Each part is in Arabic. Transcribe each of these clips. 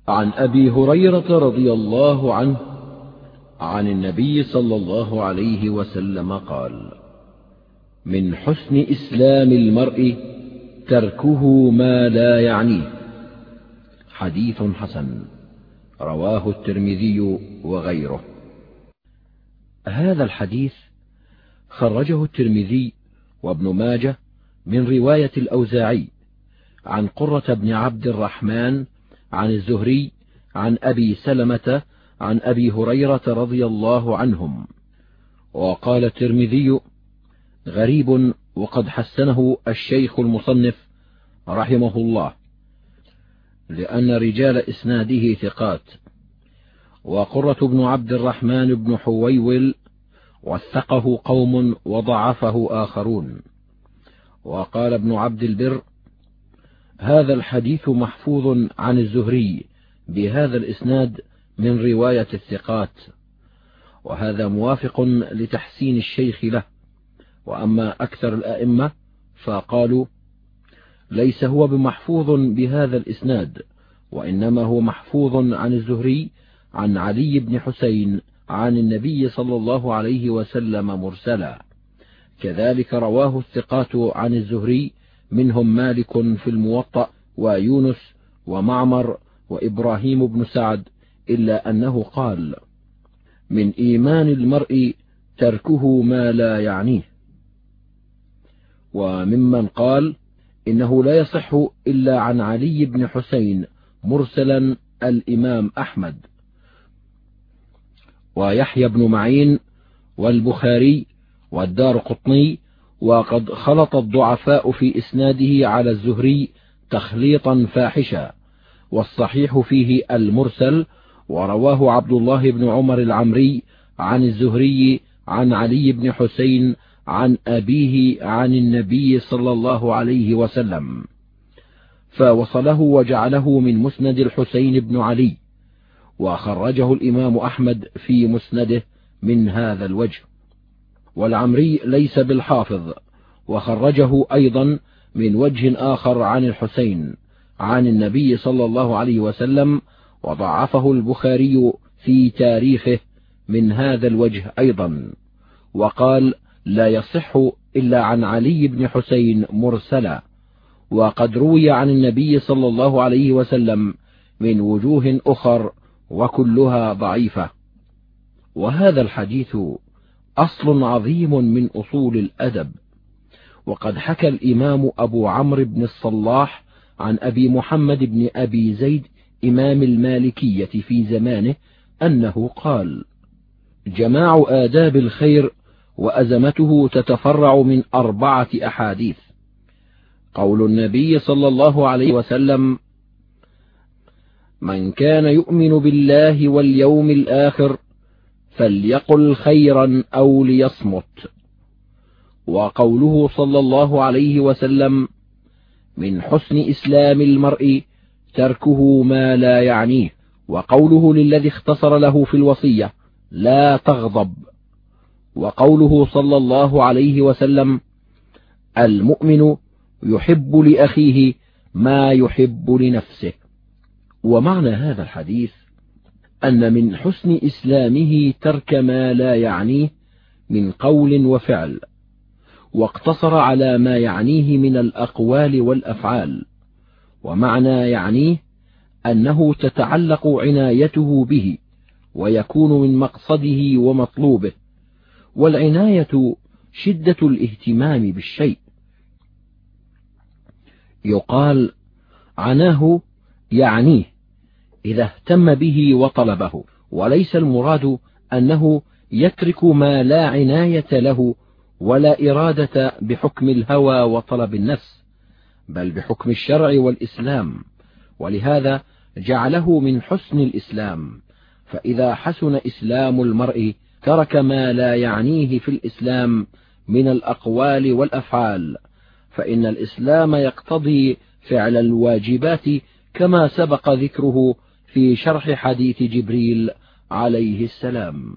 عن أبي هريرة رضي الله عنه عن النبي صلى الله عليه وسلم قال: من حسن إسلام المرء تركه ما لا يعنيه. حديث حسن، رواه الترمذي وغيره. هذا الحديث خرجه الترمذي وابن ماجه من رواية الأوزاعي عن قرة بن عبد الرحمن عن الزهري عن أبي سلمة عن أبي هريرة رضي الله عنهم. وقال الترمذي: غريب، وقد حسنه الشيخ المصنف رحمه الله، لأن رجال إسناده ثقات. وقرة بن عبد الرحمن بن حويول وثقه قوم وضعفه آخرون. وقال ابن عبد البر: هذا الحديث محفوظ عن الزهري بهذا الإسناد من رواية الثقات، وهذا موافق لتحسين الشيخ له. وأما أكثر الأئمة فقالوا: ليس هو بمحفوظ بهذا الإسناد، وإنما هو محفوظ عن الزهري عن علي بن حسين عن النبي صلى الله عليه وسلم مرسلا. كذلك رواه الثقات عن الزهري، منهم مالك في الموطأ ويونس ومعمر وإبراهيم بن سعد، إلا أنه قال: من إيمان المرء تركه ما لا يعنيه. وممن قال إنه لا يصح إلا عن علي بن حسين مرسلا الإمام أحمد ويحيى بن معين والبخاري والدارقطني. وقد خلط الضعفاء في إسناده على الزهري تخليطا فاحشا، والصحيح فيه المرسل. ورواه عبد الله بن عمر العمري عن الزهري عن علي بن حسين عن أبيه عن النبي صلى الله عليه وسلم، فوصله وجعله من مسند الحسين بن علي. وخرجه الإمام أحمد في مسنده من هذا الوجه. والعمري ليس بالحافظ، وخرجه أيضا من وجه آخر عن الحسين عن النبي صلى الله عليه وسلم، وضعفه البخاري في تاريخه من هذا الوجه أيضا، وقال: لا يصح إلا عن علي بن حسين مرسلا. وقد روي عن النبي صلى الله عليه وسلم من وجوه أخر وكلها ضعيفة. وهذا الحديث أصل عظيم من أصول الأدب. وقد حكى الإمام أبو عمرو بن الصلاح عن أبي محمد بن أبي زيد إمام المالكية في زمانه أنه قال: جماع آداب الخير وأزمته تتفرع من 4 أحاديث. قول النبي صلى الله عليه وسلم: من كان يؤمن بالله واليوم الآخر فليقل خيرا أو ليصمت. وقوله صلى الله عليه وسلم: من حسن إسلام المرء تركه ما لا يعنيه. وقوله للذي اختصر له في الوصية: لا تغضب. وقوله صلى الله عليه وسلم: المؤمن يحب لأخيه ما يحب لنفسه. ومعنى هذا الحديث أن من حسن إسلامه ترك ما لا يعنيه من قول وفعل، واقتصر على ما يعنيه من الأقوال والأفعال. ومعنى يعنيه أنه تتعلق عنايته به، ويكون من مقصده ومطلوبه. والعناية شدة الاهتمام بالشيء. يقال: عناه يعنيه إذا اهتم به وطلبه. وليس المراد أنه يترك ما لا عناية له ولا إرادة بحكم الهوى وطلب النفس، بل بحكم الشرع والإسلام. ولهذا جعله من حسن الإسلام. فإذا حسن إسلام المرء ترك ما لا يعنيه في الإسلام من الأقوال والأفعال، فإن الإسلام يقتضي فعل الواجبات كما سبق ذكره في شرح حديث جبريل عليه السلام.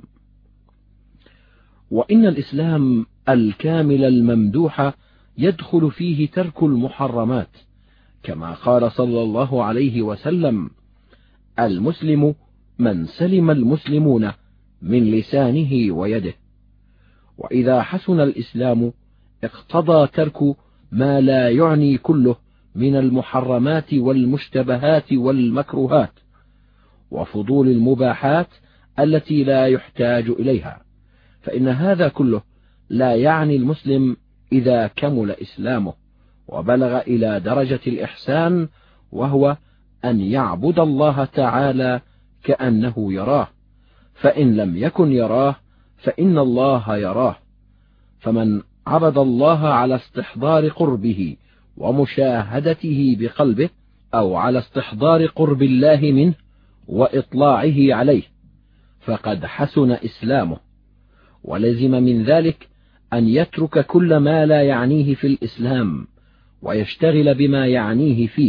وإن الإسلام الكامل الممدوح يدخل فيه ترك المحرمات، كما قال صلى الله عليه وسلم: المسلم من سلم المسلمون من لسانه ويده. وإذا حسن الإسلام اقتضى ترك ما لا يعني كله من المحرمات والمشتبهات والمكروهات وفضول المباحات التي لا يحتاج إليها، فإن هذا كله لا يعني المسلم إذا كمل إسلامه وبلغ إلى درجة الإحسان، وهو أن يعبد الله تعالى كأنه يراه، فإن لم يكن يراه فإن الله يراه. فمن عبد الله على استحضار قربه ومشاهدته بقلبه، أو على استحضار قرب الله منه وإطلاعه عليه، فقد حسن إسلامه، ولزم من ذلك أن يترك كل ما لا يعنيه في الإسلام ويشتغل بما يعنيه فيه،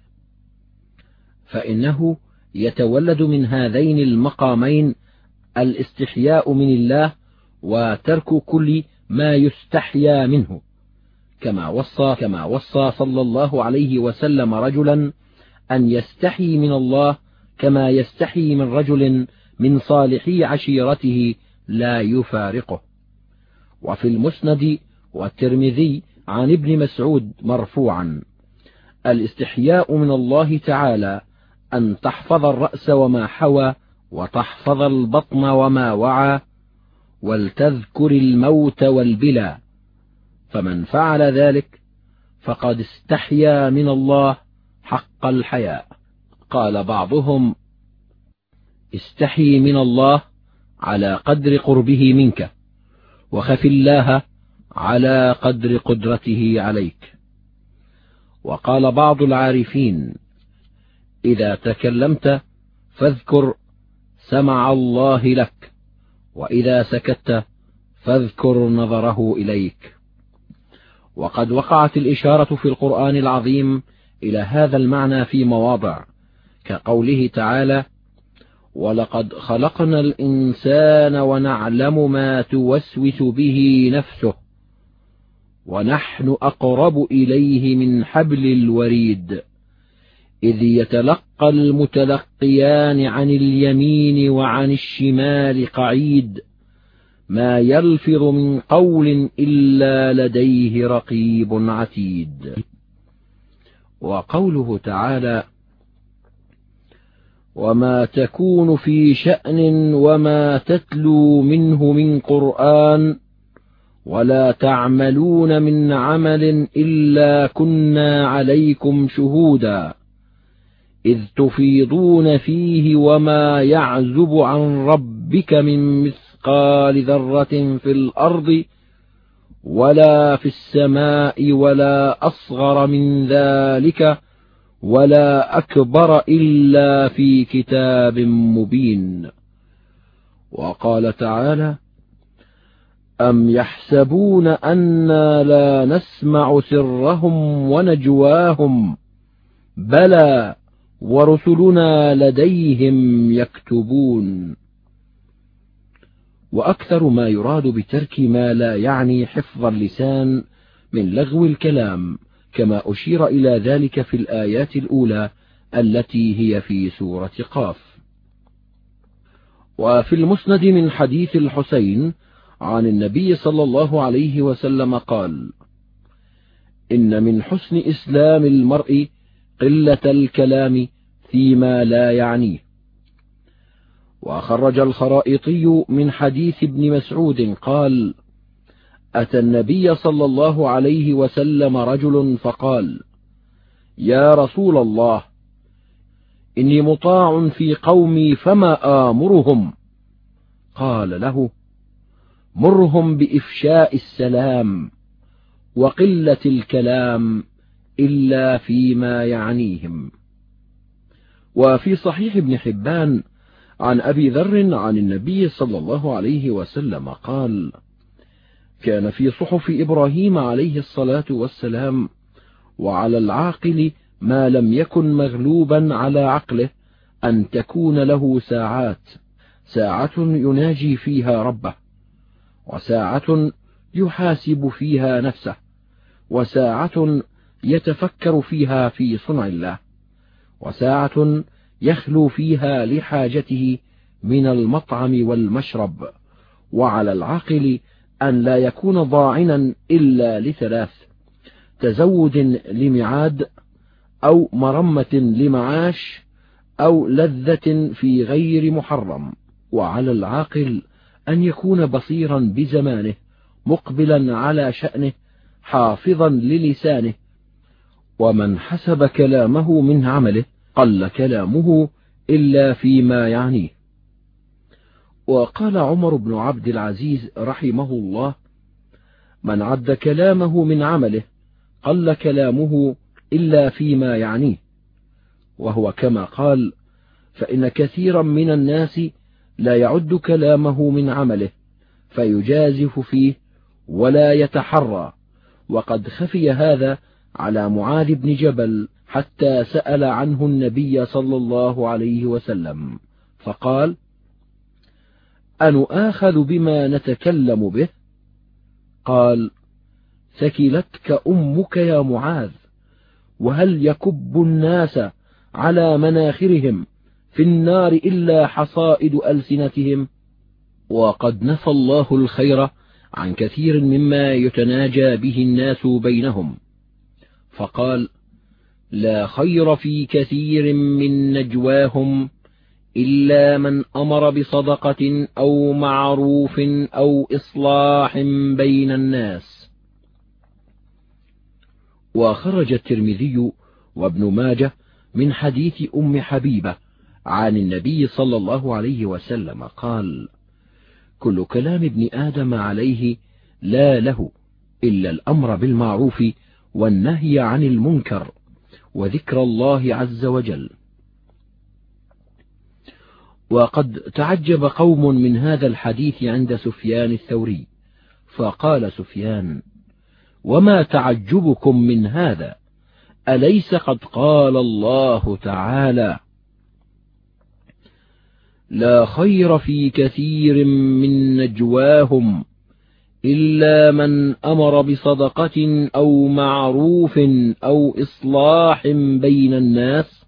فإنه يتولد من هذين المقامين الاستحياء من الله وترك كل ما يستحيا منه، كما وصى صلى الله عليه وسلم رجلا أن يستحي من الله كما يستحي من رجل من صالحي عشيرته لا يفارقه. وفي المسند والترمذي عن ابن مسعود مرفوعا: الاستحياء من الله تعالى أن تحفظ الرأس وما حوى، وتحفظ البطن وما وعى، ولتذكر الموت والبلى، فمن فعل ذلك فقد استحيا من الله حق الحياء. قال بعضهم: استحي من الله على قدر قربه منك، وخف الله على قدر قدرته عليك. وقال بعض العارفين: إذا تكلمت فاذكر سمع الله لك، وإذا سكت فاذكر نظره إليك. وقد وقعت الإشارة في القرآن العظيم إلى هذا المعنى في مواضع، كقوله تعالى: ولقد خلقنا الإنسان ونعلم ما توسوس به نفسه ونحن أقرب إليه من حبل الوريد، إذ يتلقى المتلقيان عن اليمين وعن الشمال قعيد، ما يلفظ من قول إلا لديه رقيب عتيد. وقوله تعالى: وما تكون في شأن وما تتلو منه من قرآن ولا تعملون من عمل إلا كنا عليكم شهودا إذ تفيضون فيه وما يعزب عن ربك من مثقال ذرة في الأرض ولا في السماء ولا أصغر من ذلك ولا أكبر إلا في كتاب مبين. وقال تعالى: أم يحسبون أنا لا نسمع سرهم ونجواهم بلى ورسلنا لديهم يكتبون. وأكثر ما يراد بترك ما لا يعني حفظ اللسان من لغو الكلام، كما أشير إلى ذلك في الآيات الأولى التي هي في سورة قاف. وفي المسند من حديث الحسين عن النبي صلى الله عليه وسلم قال: إن من حسن إسلام المرء قلة الكلام فيما لا يعنيه. وخرج الخرائطي من حديث ابن مسعود قال: أتى النبي صلى الله عليه وسلم رجل فقال: يا رسول الله، إني مطاع في قومي فما آمرهم؟ قال له: مرهم بإفشاء السلام وقلة الكلام إلا فيما يعنيهم. وفي صحيح ابن حبان عن أبي ذر عن النبي صلى الله عليه وسلم قال: كان في صحف إبراهيم عليه الصلاة والسلام وعلى العاقل ما لم يكن مغلوبا على عقله أن تكون له ساعة يناجي فيها ربه، وساعة يحاسب فيها نفسه، وساعة يتفكر فيها في صنع الله، وساعة يخلو فيها لحاجته من المطعم والمشرب، وعلى العاقل أن لا يكون ضاعنا إلا لثلاث: تزود لمعاد، أو مرمة لمعاش، أو لذة في غير محرم. وعلى العاقل أن يكون بصيرا بزمانه، مقبلا على شأنه، حافظا للسانه. ومن حسب كلامه من عمله قل كلامه إلا فيما يعنيه. وقال عمر بن عبد العزيز رحمه الله: من عد كلامه من عمله قل كلامه إلا فيما يعنيه. وهو كما قال: فإن كثيرا من الناس لا يعد كلامه من عمله فيجازف فيه ولا يتحرى. وقد خفي هذا على معاذ بن جبل حتى سأل عنه النبي صلى الله عليه وسلم فقال: أنؤاخذ بما نتكلم به؟ قال: ثكلتك أمك يا معاذ، وهل يكب الناس على مناخرهم في النار إلا حصائد ألسنتهم؟ وقد نفى الله الخير عن كثير مما يتناجى به الناس بينهم، فقال: لا خير في كثير من نجواهم إلا من أمر بصدقة أو معروف أو إصلاح بين الناس. وخرج الترمذي وابن ماجه من حديث أم حبيبة عن النبي صلى الله عليه وسلم قال: كل كلام ابن آدم عليه لا له إلا الأمر بالمعروف والنهي عن المنكر وذكر الله عز وجل. وقد تعجب قوم من هذا الحديث عند سفيان الثوري، فقال سفيان: وما تعجبكم من هذا؟ أليس قد قال الله تعالى: لا خير في كثير من نجواهم إلا من أمر بصدقة أو معروف أو إصلاح بين الناس؟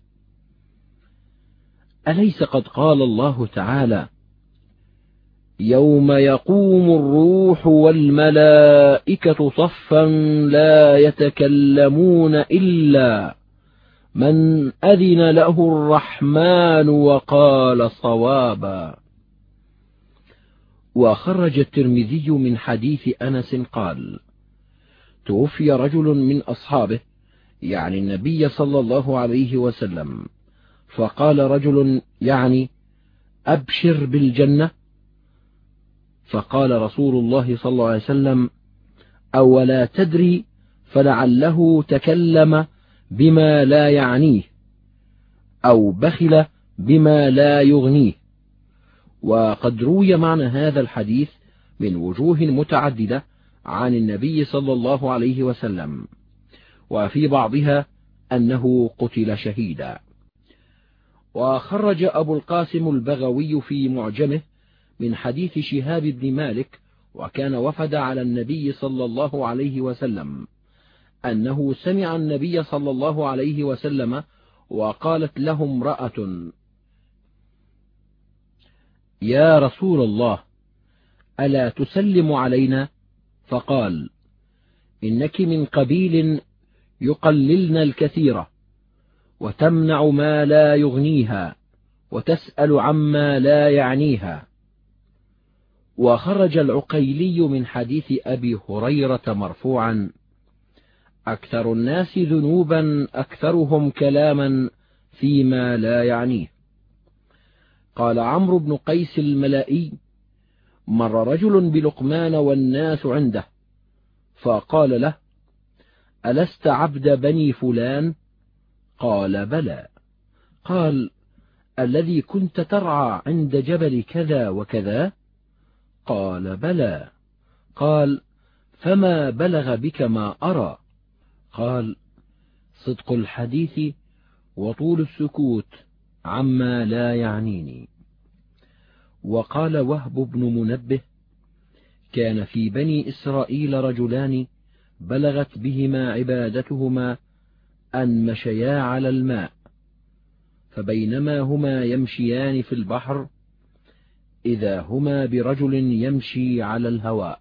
أليس قد قال الله تعالى: يوم يقوم الروح والملائكة صفا لا يتكلمون إلا من أذن له الرحمن وقال صوابا. وخرج الترمذي من حديث أنس قال: توفي رجل من أصحابه، يعني النبي صلى الله عليه وسلم، فقال رجل: يعني أبشر بالجنة؟ فقال رسول الله صلى الله عليه وسلم: أولا تدري؟ فلعله تكلم بما لا يعنيه أو بخل بما لا يغنيه. وقد روي معنى هذا الحديث من وجوه متعددة عن النبي صلى الله عليه وسلم، وفي بعضها أنه قتل شهيدا. وخرج أبو القاسم البغوي في معجمه من حديث شهاب بن مالك، وكان وفد على النبي صلى الله عليه وسلم، أنه سمع النبي صلى الله عليه وسلم وقالت له امرأة: يا رسول الله، ألا تسلم علينا؟ فقال: إنك من قبيل يقللن الكثير، وتمنع ما لا يغنيها، وتسأل عما لا يعنيها. وخرج العقيلي من حديث أبي هريرة مرفوعا: أكثر الناس ذنوبا أكثرهم كلاما فيما لا يعنيه. قال عمرو بن قيس الملائي: مر رجل بلقمان والناس عنده، فقال له: ألست عبد بني فلان؟ قال: بلى. قال: الذي كنت ترعى عند جبل كذا وكذا؟ قال: بلى. قال: فما بلغ بك ما أرى؟ قال: صدق الحديث وطول السكوت عما لا يعنيني. وقال وهب بن منبه: كان في بني إسرائيل رجلان بلغت بهما عبادتهما أن مشيا على الماء، فبينما هما يمشيان في البحر إذا هما برجل يمشي على الهواء،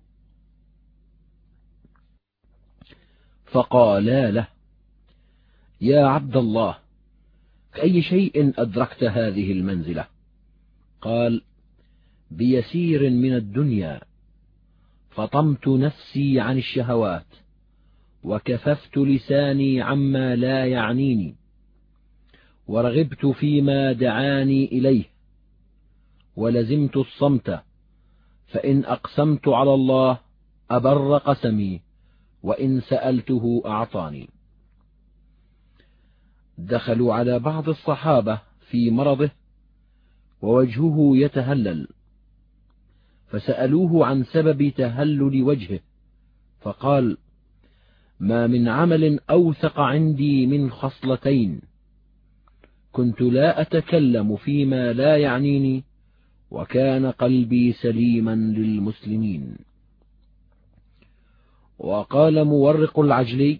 فقالا له: يا عبد الله، بأي شيء أدركت هذه المنزلة؟ قال: بيسير من الدنيا، فطمت نفسي عن الشهوات، وكففت لساني عما لا يعنيني، ورغبت فيما دعاني إليه، ولزمت الصمت، فإن أقسمت على الله أبر قسمي، وإن سألته أعطاني. دخلوا على بعض الصحابة في مرضه ووجهه يتهلل، فسألوه عن سبب تهلل وجهه، فقال: ما من عمل أوثق عندي من خصلتين: كنت لا أتكلم فيما لا يعنيني، وكان قلبي سليما للمسلمين. وقال مورق العجلي: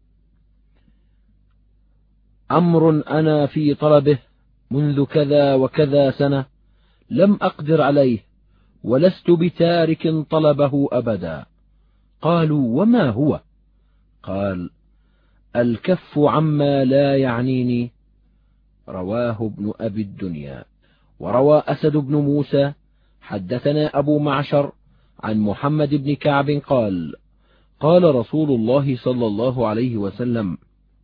أمر أنا في طلبه منذ كذا وكذا سنة لم أقدر عليه، ولست بتارك طلبه أبدا. قالوا: وما هو؟ قال: الكف عما لا يعنيني. رواه ابن أبي الدنيا. وروى أسد بن موسى: حدثنا أبو معشر عن محمد بن كعب قال: قال رسول الله صلى الله عليه وسلم: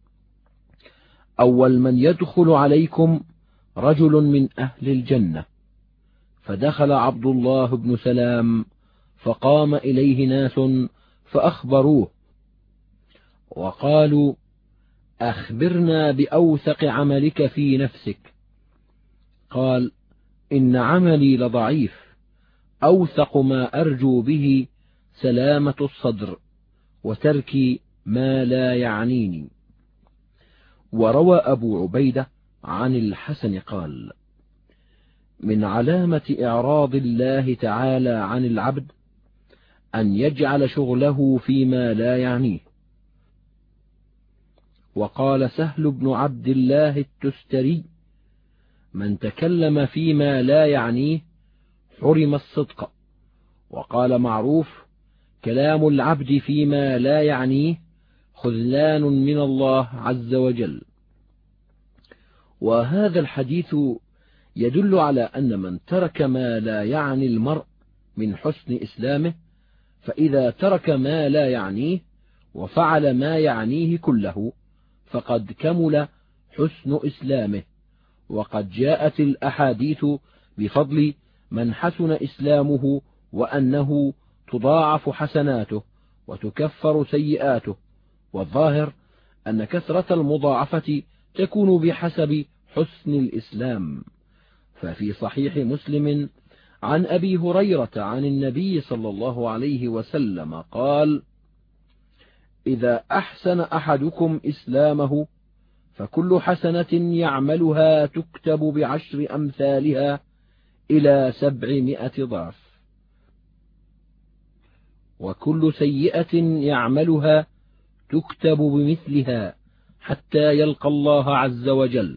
أول من يدخل عليكم رجل من أهل الجنة. فدخل عبد الله بن سلام، فقام إليه ناس فأخبروه، وقالوا: أخبرنا بأوثق عملك في نفسك. قال: إن عملي لضعيف، أوثق ما أرجو به سلامة الصدر، وترك ما لا يعنيني. وروى أبو عبيدة عن الحسن قال: من علامة إعراض الله تعالى عن العبد أن يجعل شغله فيما لا يعنيه. وقال سهل بن عبد الله التستري: من تكلم فيما لا يعنيه حرم الصدق. وقال معروف: كلام العبد فيما لا يعنيه خذلان من الله عز وجل. وهذا الحديث يدل على أن من ترك ما لا يعني المرء من حسن إسلامه، فإذا ترك ما لا يعنيه وفعل ما يعنيه كله فقد كمل حسن إسلامه. وقد جاءت الأحاديث بفضل من حسن إسلامه، وأنه تضاعف حسناته وتكفر سيئاته. والظاهر أن كثرة المضاعفة تكون بحسب حسن الإسلام. ففي صحيح مسلم عن أبي هريرة عن النبي صلى الله عليه وسلم قال: إذا أحسن أحدكم إسلامه فكل حسنة يعملها تكتب ب10 أمثالها إلى 700 ضعف، وكل سيئة يعملها تكتب بمثلها حتى يلقى الله عز وجل.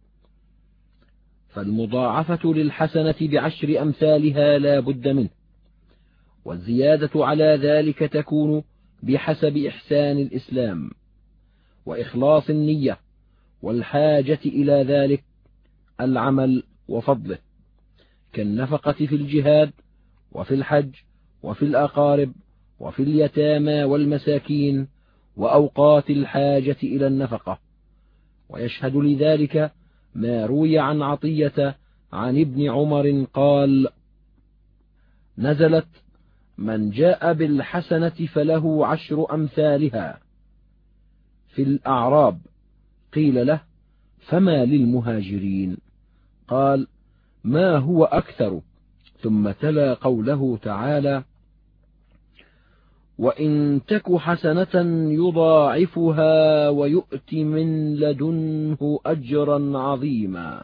فالمضاعفة للحسنة ب10 أمثالها لا بد منه، والزيادة على ذلك تكون بحسب إحسان الإسلام وإخلاص النية والحاجة إلى ذلك العمل وفضله، كالنفقة في الجهاد وفي الحج وفي الأقارب وفي اليتامى والمساكين وأوقات الحاجة إلى النفقة. ويشهد لذلك ما روي عن عطية عن ابن عمر قال: نزلت: من جاء بالحسنة فله 10 أمثالها. في الأعراب قيل له: فما للمهاجرين؟ قال: ما هو أكثر. ثم تلا قوله تعالى: وإن تك حسنة يضاعفها ويؤت من لدنه أجرا عظيما.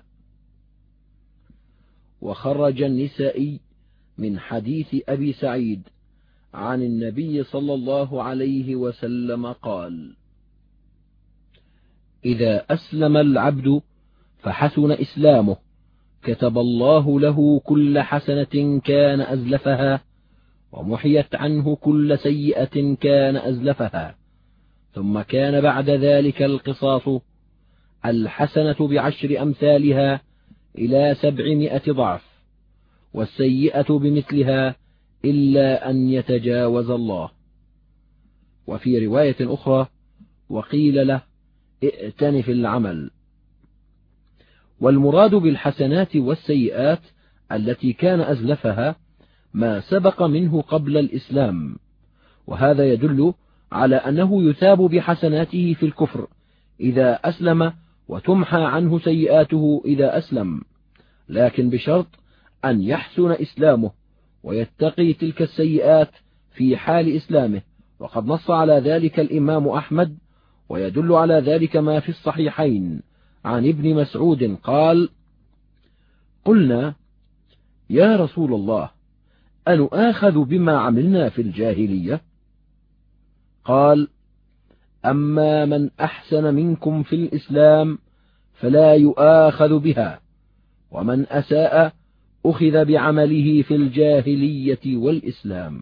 وخرج النسائي من حديث أبي سعيد عن النبي صلى الله عليه وسلم قال: إذا أسلم العبد فحسن إسلامه كتب الله له كل حسنة كان أزلفها، ومحيت عنه كل سيئة كان أزلفها. ثم كان بعد ذلك القصاص، الحسنة بعشر أمثالها إلى 700 ضعف، والسيئة بمثلها إلا أن يتجاوز الله. وفي رواية أخرى: وقيل له ائتنف العمل. والمراد بالحسنات والسيئات التي كان أزلفها ما سبق منه قبل الإسلام، وهذا يدل على أنه يثاب بحسناته في الكفر إذا أسلم، وتمحى عنه سيئاته إذا أسلم، لكن بشرط أن يحسن إسلامه ويتقي تلك السيئات في حال إسلامه. وقد نص على ذلك الإمام أحمد، ويدل على ذلك ما في الصحيحين عن ابن مسعود قال: قلنا يا رسول الله أنؤاخذ بما عملنا في الجاهلية؟ قال: أما من أحسن منكم في الإسلام فلا يؤاخذ بها، ومن أساء أخذ بعمله في الجاهلية والإسلام.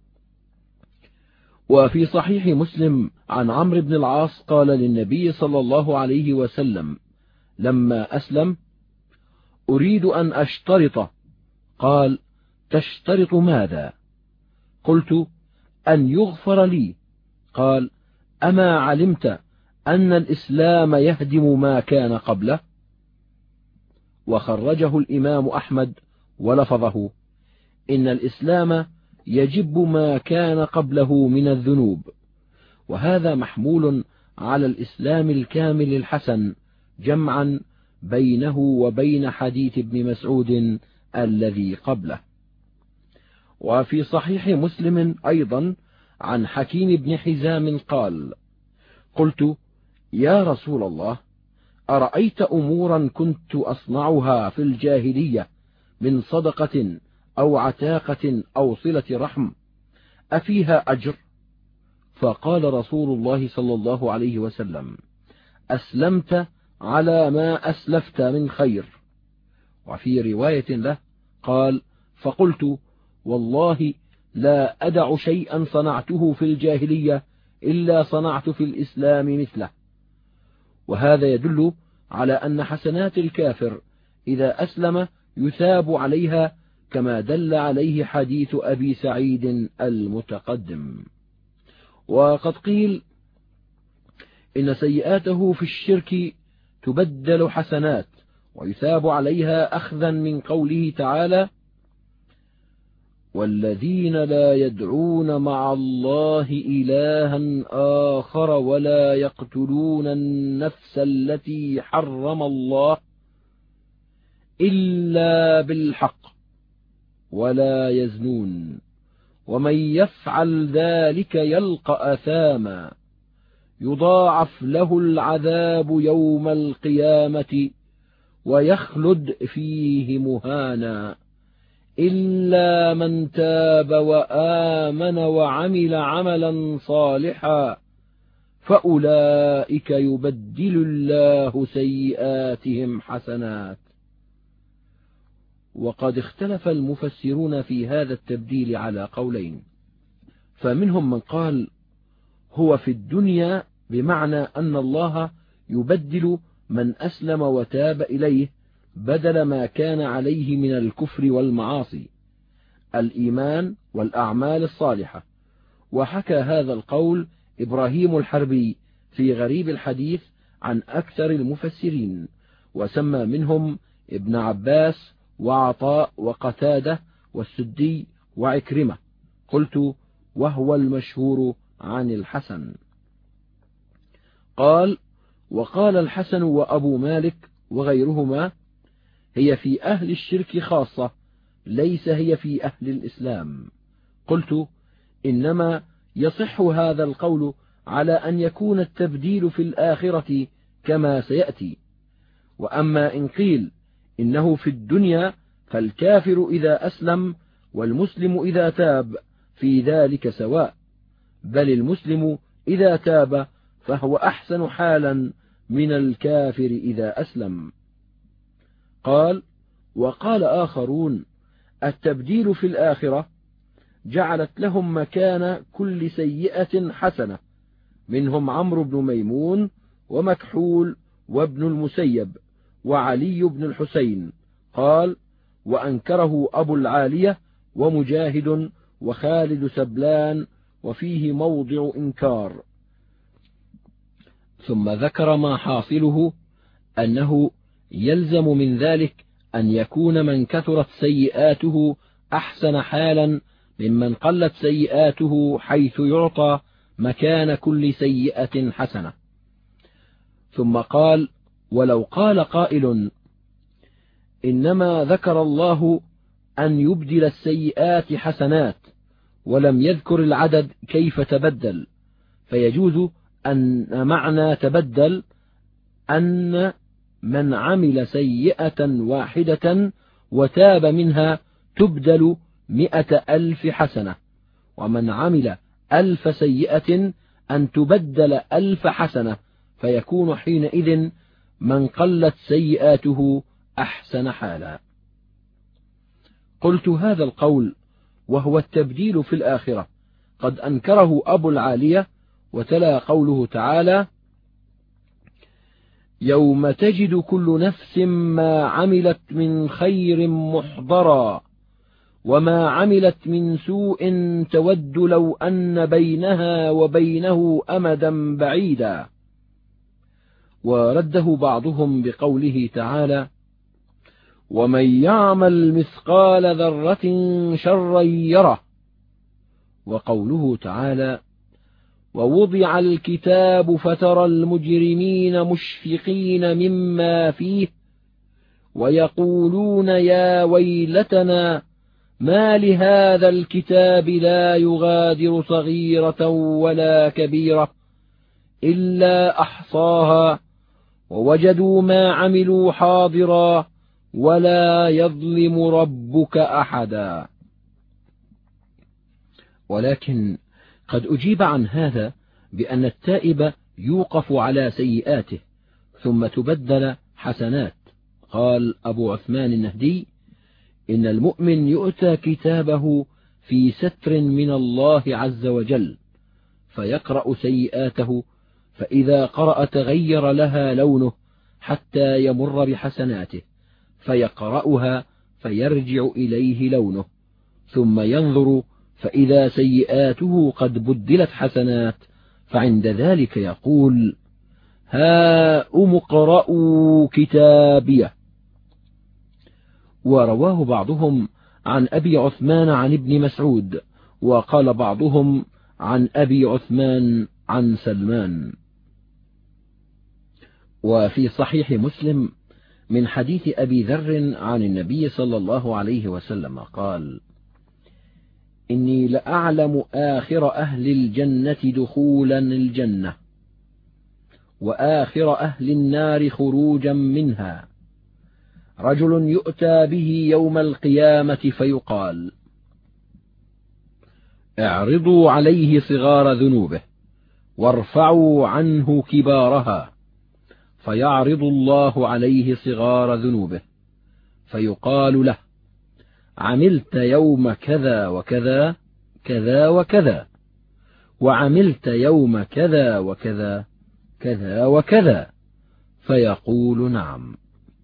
وفي صحيح مسلم عن عمرو بن العاص قال للنبي صلى الله عليه وسلم لما أسلم: أريد أن أشترط. قال: تشترط ماذا؟ قلت: أن يغفر لي. قال: أما علمت أن الإسلام يهدم ما كان قبله؟ وخرجه الإمام أحمد ولفظه: إن الإسلام يجب ما كان قبله من الذنوب. وهذا محمول على الإسلام الكامل الحسن، جمعا بينه وبين حديث ابن مسعود الذي قبله. وفي صحيح مسلم أيضا عن حكيم بن حزام قال: قلت: يا رسول الله أرأيت أمورا كنت أصنعها في الجاهلية من صدقة أو عتاقة أو صلة رحم، أفيها أجر؟ فقال رسول الله صلى الله عليه وسلم: أسلمت على ما أسلفت من خير. وفي رواية له قال: فقلت: والله لا أدع شيئا صنعته في الجاهلية إلا صنعت في الإسلام مثله. وهذا يدل على أن حسنات الكافر إذا أسلم يثاب عليها، كما دل عليه حديث أبي سعيد المتقدم. وقد قيل إن سيئاته في الشرك تبدل حسنات ويثاب عليها، أخذا من قوله تعالى: والذين لا يدعون مع الله إلها آخر ولا يقتلون النفس التي حرم الله إلا بالحق ولا يزنون ومن يفعل ذلك يلقى أثاما يضاعف له العذاب يوم القيامة ويخلد فيه مهانا إلا من تاب وآمن وعمل عملا صالحا فأولئك يبدل الله سيئاتهم حسنات. وقد اختلف المفسرون في هذا التبديل على قولين، فمنهم من قال: هو في الدنيا بمعنى أن الله يبدل من أسلم وتاب إليه بدل ما كان عليه من الكفر والمعاصي الإيمان والأعمال الصالحة. وحكى هذا القول إبراهيم الحربي في غريب الحديث عن أكثر المفسرين، وسمى منهم ابن عباس وعطاء وقتادة والسدي وعكرمة. قلت: وهو المشهور عن الحسن. قال: وقال الحسن وأبو مالك وغيرهما: هي في أهل الشرك خاصة، ليس هي في أهل الإسلام. قلت: إنما يصح هذا القول على أن يكون التبديل في الآخرة كما سيأتي. وأما إن قيل إنه في الدنيا فالكافر إذا أسلم والمسلم إذا تاب في ذلك سواء، بل المسلم إذا تاب فهو أحسن حالا من الكافر إذا أسلم. قال: وقال آخرون: التبديل في الآخرة جعلت لهم مكان كل سيئة حسنة، منهم عمرو بن ميمون ومكحول وابن المسيب وعلي بن الحسين. قال: وأنكره أبو العالية ومجاهد وخالد سبلان، وفيه موضع إنكار. ثم ذكر ما حاصله أنه يلزم من ذلك أن يكون من كثرت سيئاته أحسن حالا ممن قلت سيئاته، حيث يعطى مكان كل سيئة حسنة. ثم قال: ولو قال قائل: إنما ذكر الله أن يبدل السيئات حسنات ولم يذكر العدد كيف تبدل، فيجوز أن معنى تبدل أن من عمل سيئة واحدة وتاب منها تبدل 100,000 حسنة، ومن عمل 1000 سيئة أن تبدل 1000 حسنة، فيكون حينئذ من قلت سيئاته أحسن حالا. قلت: هذا القول وهو التبديل في الآخرة قد أنكره أبو العالية، وتلا قوله تعالى: يوم تجد كل نفس ما عملت من خير محضرا وما عملت من سوء تود لو أن بينها وبينه أمدا بعيدا. ورده بعضهم بقوله تعالى: ومن يعمل مثقال ذرة شرا يره. وقوله تعالى: ووضع الكتاب فترى المجرمين مشفقين مما فيه ويقولون يا ويلتنا ما لهذا الكتاب لا يغادر صغيرة ولا كبيرة إلا أحصاها ووجدوا ما عملوا حاضرا ولا يظلم ربك أحدا. ولكن قد أجيب عن هذا بأن التائب يوقف على سيئاته ثم تبدل حسنات. قال أبو عثمان النهدي: إن المؤمن يؤتى كتابه في ستر من الله عز وجل، فيقرأ سيئاته، فإذا قرأ تغير لها لونه حتى يمر بحسناته، فيقرأها فيرجع إليه لونه، ثم ينظر فإذا سيئاته قد بدلت حسنات، فعند ذلك يقول: هاؤم اقرءوا كتابيه. ورواه بعضهم عن أبي عثمان عن ابن مسعود، وقال بعضهم عن أبي عثمان عن سلمان. وفي صحيح مسلم من حديث أبي ذر عن النبي صلى الله عليه وسلم قال: إني لأعلم آخر أهل الجنة دخولا الجنة وآخر أهل النار خروجا منها، رجل يؤتى به يوم القيامة فيقال: اعرضوا عليه صغار ذنوبه وارفعوا عنه كبارها، فيعرض الله عليه صغار ذنوبه، فيقال له: عملت يوم كذا وكذا كذا وكذا، وعملت يوم كذا وكذا كذا وكذا، فيقول: نعم.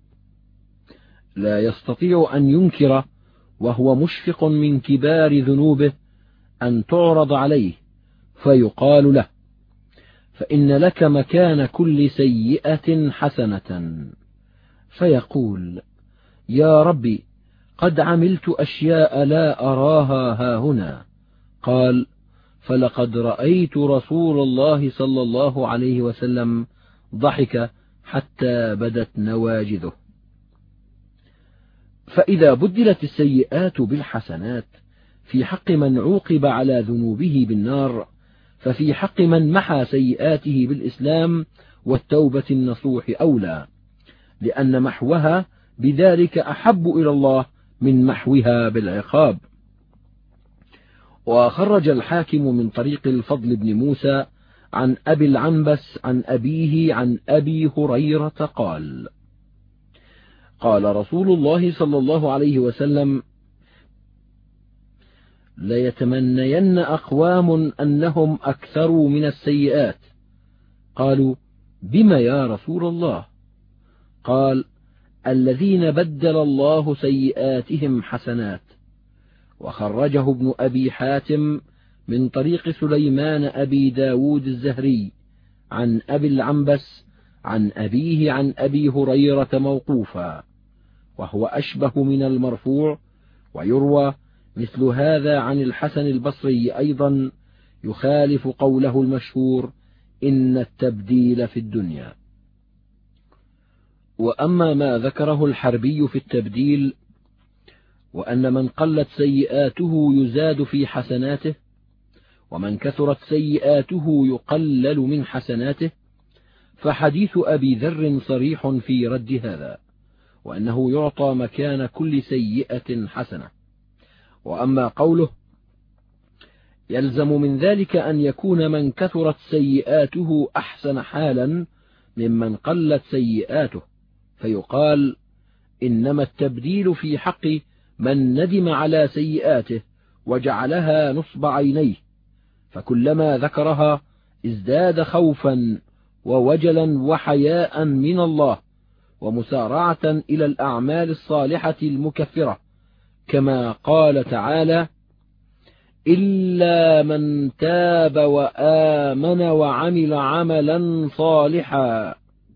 لا يستطيع أن ينكر وهو مشفق من كبار ذنوبه أن تعرض عليه، فيقال له: فإن لك مكان كل سيئة حسنة. فيقول: يا ربي، قد عملت أشياء لا أراها هاهنا. قال: فلقد رأيت رسول الله صلى الله عليه وسلم ضحك حتى بدت نواجذه. فإذا بدلت السيئات بالحسنات في حق من عوقب على ذنوبه بالنار، ففي حق من محى سيئاته بالإسلام والتوبة النصوح أولى، لأن محوها بذلك أحب إلى الله من محوها بالعقاب. وخرج الحاكم من طريق الفضل بن موسى عن أبي العنبس عن أبيه عن أبي هريرة قال: قال رسول الله صلى الله عليه وسلم: ليتمنين أقوام أنهم أكثروا من السيئات. قالوا: بم يا رسول الله؟ قال: الذين بدل الله سيئاتهم حسنات. وخرجه ابن أبي حاتم من طريق سليمان أبي داود الزهري عن أبي العنبس عن أبيه عن أبي هريرة موقوفا، وهو أشبه من المرفوع. ويروى مثل هذا عن الحسن البصري أيضا، يخالف قوله المشهور: إن التبديل في الدنيا. وأما ما ذكره الحربي في التبديل، وأن من قلت سيئاته يزاد في حسناته، ومن كثرت سيئاته يقلل من حسناته، فحديث أبي ذر صريح في رد هذا، وأنه يعطى مكان كل سيئة حسنة. وأما قوله: يلزم من ذلك أن يكون من كثرت سيئاته أحسن حالا ممن قلت سيئاته، فيقال: إنما التبديل في حق من ندم على سيئاته وجعلها نصب عينيه، فكلما ذكرها ازداد خوفا ووجلا وحياء من الله ومسارعة إلى الأعمال الصالحة المكفرة، كما قال تعالى: إلا من تاب وآمن وعمل عملا صالحا.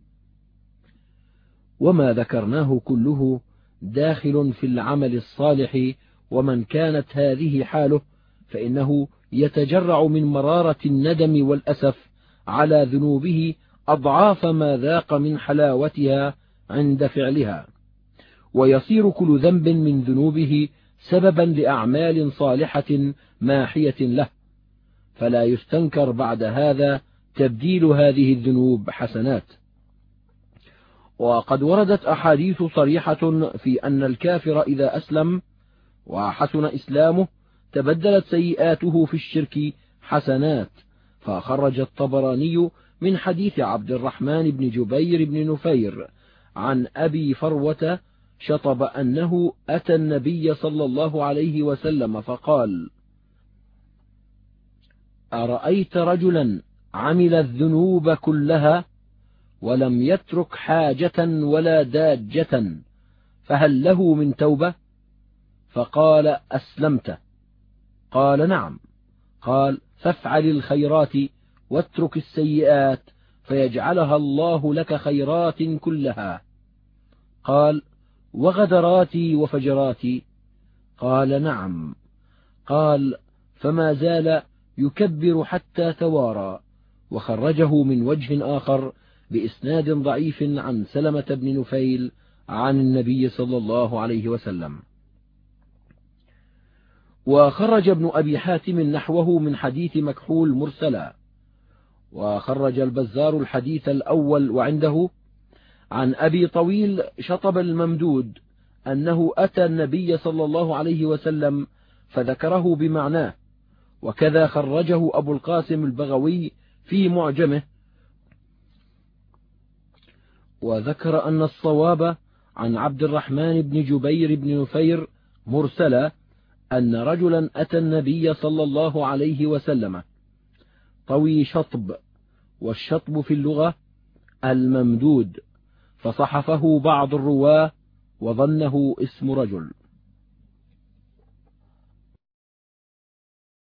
وما ذكرناه كله داخل في العمل الصالح، ومن كانت هذه حاله فإنه يتجرع من مرارة الندم والأسف على ذنوبه أضعاف ما ذاق من حلاوتها عند فعلها، ويصير كل ذنب من ذنوبه سببا لأعمال صالحة ماحية له، فلا يستنكر بعد هذا تبديل هذه الذنوب حسنات. وقد وردت أحاديث صريحة في أن الكافر إذا أسلم وحسن إسلامه تبدلت سيئاته في الشرك حسنات. فخرج الطبراني من حديث عبد الرحمن بن جبير بن نفير عن أبي فروة شطب أنه أتى النبي صلى الله عليه وسلم فقال: أرأيت رجلا عمل الذنوب كلها ولم يترك حاجة ولا داجة، فهل له من توبة؟ فقال: أسلمت. قال: نعم. قال: فافعل الخيرات واترك السيئات فيجعلها الله لك خيرات كلها. قال: وغدراتي وفجراتي؟ قال: نعم. قال: فما زال يكبر حتى توارى. وخرجه من وجه آخر بإسناد ضعيف عن سلمة بن نفيل عن النبي صلى الله عليه وسلم. وخرج ابن أبي حاتم نحوه من حديث مكحول مرسلا. وخرج البزار الحديث الأول وعنده عن أبي طويل شطب الممدود أنه أتى النبي صلى الله عليه وسلم فذكره بمعناه. وكذا خرجه أبو القاسم البغوي في معجمه. وذكر أن الصواب عن عبد الرحمن بن جبير بن نفير مرسلا أن رجلا أتى النبي صلى الله عليه وسلم طوي شطب، والشطب في اللغة الممدود، فصحفه بعض الرواه وظنه اسم رجل.